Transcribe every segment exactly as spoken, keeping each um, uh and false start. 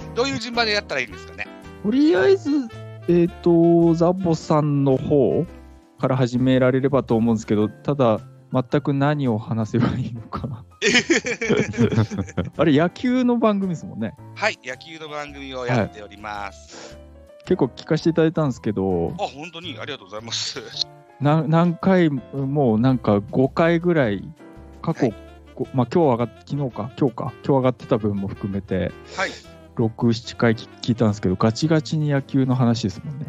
どういう順番でやったらいいんですかね。 とりあえず、えっと、ザボさんの方から始められればと思うんですけど、ただ、全く何を話せばいいのか。あれ、野球の番組ですもんね。 はい、野球の番組をやっております。 はい、結構聞かせていただいたんですけど。 あ、本当にありがとうございます。 な何回もうなんかごかいぐらい過去、はい、まあ今日上がっ昨日か今日か今日上がってた分も含めて、 はい、 ろく、ななかい聞いたんですけど、ガチガチに野球の話ですもんね。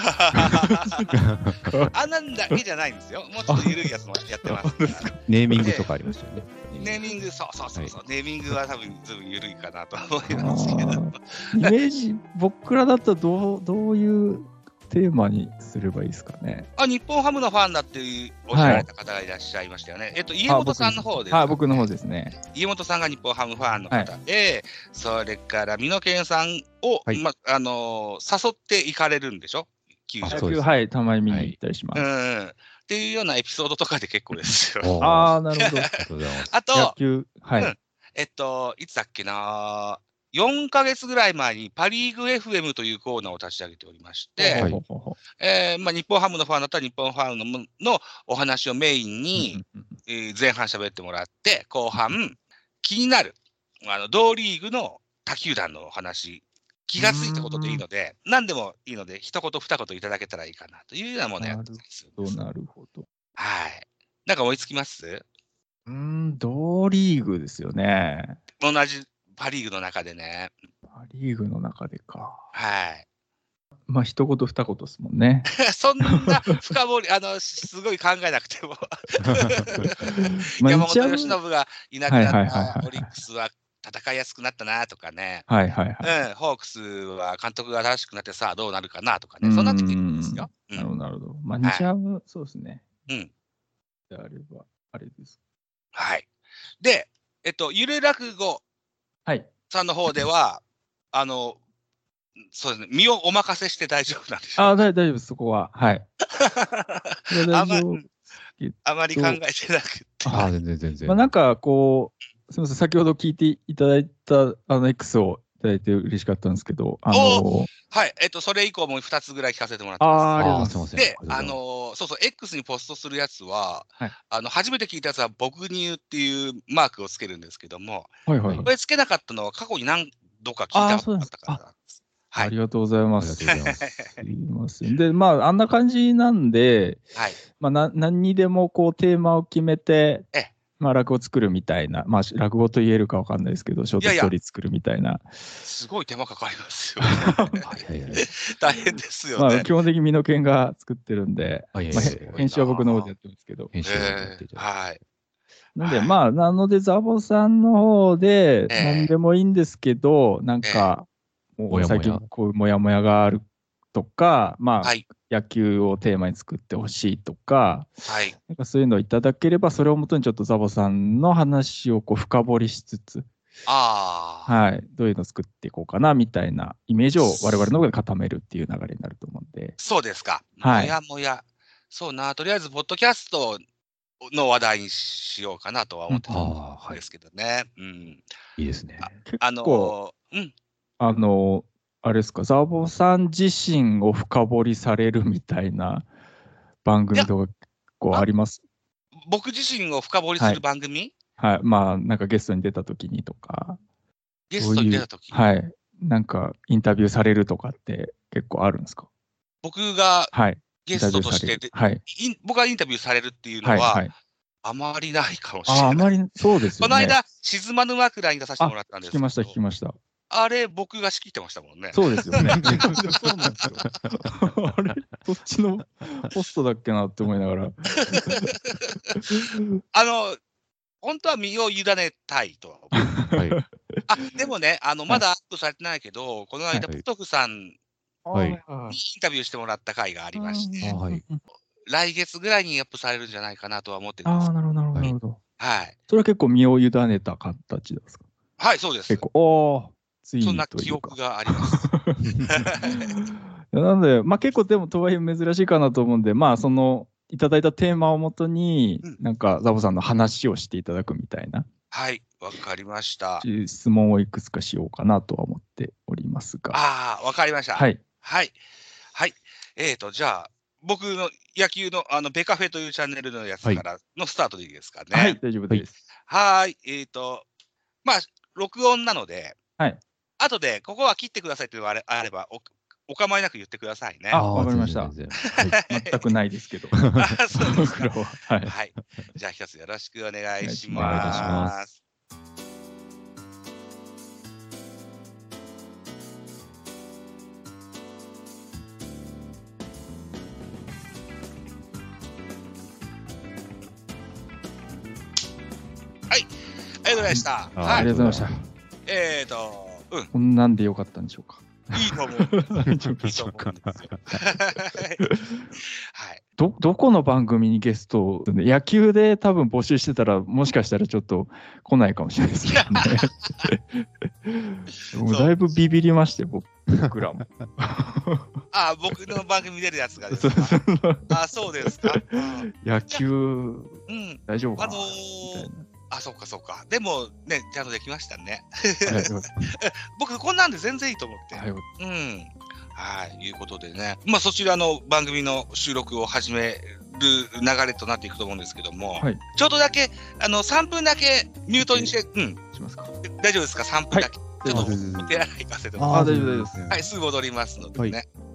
あんなんだけじゃないんですよ。もうちょっと緩いやつもやってます。 ネーミングとかありますよね。 ネーミング、そうそうそうそう、はい、ネーミングは多分ずいぶん緩いかなと思いますけど。 イメージ、僕らだったらどう、どういうテーマにすればいいですかね。 あ、日本ハムのファンだっておっしゃられた方がいらっしゃいましたよね。はい、えっと、家元さんの方ですか、ね。 はい、僕の方ですね。 家元さんが日本ハムファンの方で、はい、それから美濃健さんを、はい、ま、あのー、誘って行かれるんでしょ、球場。 野球、はい、たまに見に行ったりします。 はい、うん。っていうようなエピソードとかで結構ですよ。 ああ、なるほど。 あと、 野球、はい、うん。 えっと、いつだっけな、よんかげつぐらい前にパリーグ エフエム というコーナーを立ち上げておりまして、はい、えーまあ、日本ハムのファンだったら日本ファン の, のお話をメインに、えー、前半喋ってもらって、後半、気になるあの同リーグの他球団のお話、気がついたことでいいので、何でもいいので、一言二言いただけたらいいかなというようなものをやってます。 なるほど。 はい。なんか思いつきます？ うーん、同リーグですよね。 同じパリーグの中でね。 パリーグの中でか。 はい。 まあ、一言二言ですもんね。 そんな深掘り、あの、すごい考えなくても。山本由伸がいなくなったオリックスは戦いやすくなったなとかね。 はいはいはい。 うん、ホークスは監督が新しくなってさあどうなるかなとかね。そんな時にですよ。 うん、なるほど、なるほど。まあ、日ハム、はい、そうですね。 うん。 であれば、あれです。 はい。で、えっと、ゆる落語さんの方では、あの、そうですね、身をお任せして大丈夫なんでしょうか。 あ、大丈夫です、そこは。はい。 あまあまり考えてなくて。 あ、全然全然。 まあ、なんかこう、すみません、先ほど聞いていただいたあの X をいただいて嬉しかったんですけど、あのはい、えっと、それ以降もふたつぐらい聞かせてもらってます。 ああ、ありがとうございます。 で、あのー、そうそう、X にポストするやつは、はい、あの、初めて聞いたやつは、僕に言うっていうマークをつけるんですけども、 はいはいはい、 これつけなかったのは過去に何度か聞いたことがあったからなんです。 はい、ありがとうございます。すいません。で、まあ、あんな感じなんで、はい、まあ、な何にでもこうテーマを決めて、ええ、まあ、落語を作るみたいな、まあ、落語と言えるかわかんないですけど、ショートストーリー作るみたいな。いやいや、 すごい手間かかりますよ、ね。大変ですよね。 まあ、基本的に美濃健が作ってるんで、まあ、編集は僕の方でやってるんですけど。 編集はやっていただいて。 はい。 なんで、まあ、なので、ザボさんの方で、何でもいいんですけど、なんか、もう最近こういうモヤモヤがあるとか、まあ、野球をテーマに作ってほしいとか、はい、なんかそういうのをいただければ、それをもとにちょっとザボさんの話をこう深掘りしつつ、 あ、 はい、どういうのを作っていこうかなみたいなイメージを我々の方で固めるっていう流れになると思うんで。 そうですか。 はい、 もやもや。そうな、とりあえず、ポッドキャストの話題にしようかなとは思ってたんですけどね。うん。 いいですね。 あの、うん。 あの、あれですか、ザボさん自身を深掘りされるみたいな番組とか結構あります？ 僕自身を深掘りする番組？ はい、はい、まあ、なんかゲストに出たときにとか。 ゲストに出たとき？ はい。なんか、インタビューされるとかって結構あるんですか？ 僕がゲストとして、 はい、 僕がインタビューされるっていうのは、はいはい、あまりないかもしれない。 あ、あまり、そうですよね。 この間、静まぬ枕に出させてもらったんですけど。 聞きました、聞きました。 あれ、僕が仕切ってましたもんね。 そうですよね。そうなんですよ。あれ、そっちのポストだっけなって思いながら。 あの、本当は身を委ねたいとは思う。はい、あ、でもね、あの、まだアップされてないけど、この間、ポトフさんにインタビューしてもらった回がありまして、はい、来月ぐらいにアップされるんじゃないかなとは思ってるんです。 ああ、なるほど、なるほど。 はい。 それは結構身を委ねた形ですか？ はい、そうです。 結構、おー。 そんな記憶があります。 なので、まあ、結構でもとはいえ珍しいかなと思うんで、まあ、そのいただいたテーマをもとに、うん、なんかザボさんの話をしていただくみたいなはい、わかりました。 質問をいくつかしようかなとは思っておりますが。 ああ、わかりました。 はい。 はい。はい。えっ、ー、と、じゃあ、僕の野球の、あの、ベカフェというチャンネルのやつからのスタートでいいですかね。 はい、大丈夫です。 はい。えっ、ー、と、まあ、録音なので、 はい。 後で、ここは切ってくださいというのがあれば、お、お構いなく言ってくださいね。 あ、わかりました。はい、全くないですけど。 あ、そうですか。 はい。 はい。じゃあ、一つよろしくお願いします。はい。ありがとうございました。はい、 ありがとうございました。 えーと、うん。 こんなんでよかったんでしょうか。 いいと思う。いいと思うんですよ。はい。 ど、どこの番組にゲストを、野球で多分募集してたら、もしかしたらちょっと来ないかもしれないですけどね。もうだいぶビビりまして、僕らも。 あ、僕の番組出るやつがですか。あ、そうですか。 野球、うん、大丈夫かな、 あのー、あ、そうかそうか。でもね、ちゃんとできましたね。僕、こんなんで全然いいと思って。はい、うん。はい、いうことでね。まあ、そちらの番組の収録を始める流れとなっていくと思うんですけども、はい、ちょっとだけ、あの、さんぷんだけミュートにして、うん。しますか。大丈夫ですか ?さん 分だけ。はい、ちょっとお手洗い行かせてもらって。 あ、大丈夫です。 はい、すぐ戻りますのでね。はい。